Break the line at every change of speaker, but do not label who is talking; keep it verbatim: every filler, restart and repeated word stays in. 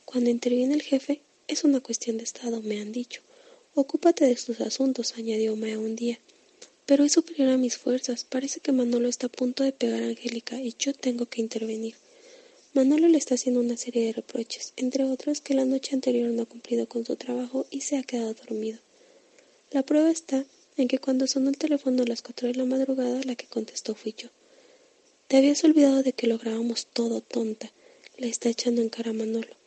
Cuando interviene el jefe, es una cuestión de estado, me han dicho. Ocúpate de tus asuntos, añadió Maya un día. Pero es superior a mis fuerzas. Parece que Manolo está a punto de pegar a Angélica y yo tengo que intervenir. Manolo le está haciendo una serie de reproches, entre otros que la noche anterior no ha cumplido con su trabajo y se ha quedado dormido. La prueba está en que cuando sonó el teléfono a las cuatro de la madrugada, la que contestó fui yo. Te habías olvidado de que lográbamos todo, tonta, le está echando en cara a Manolo.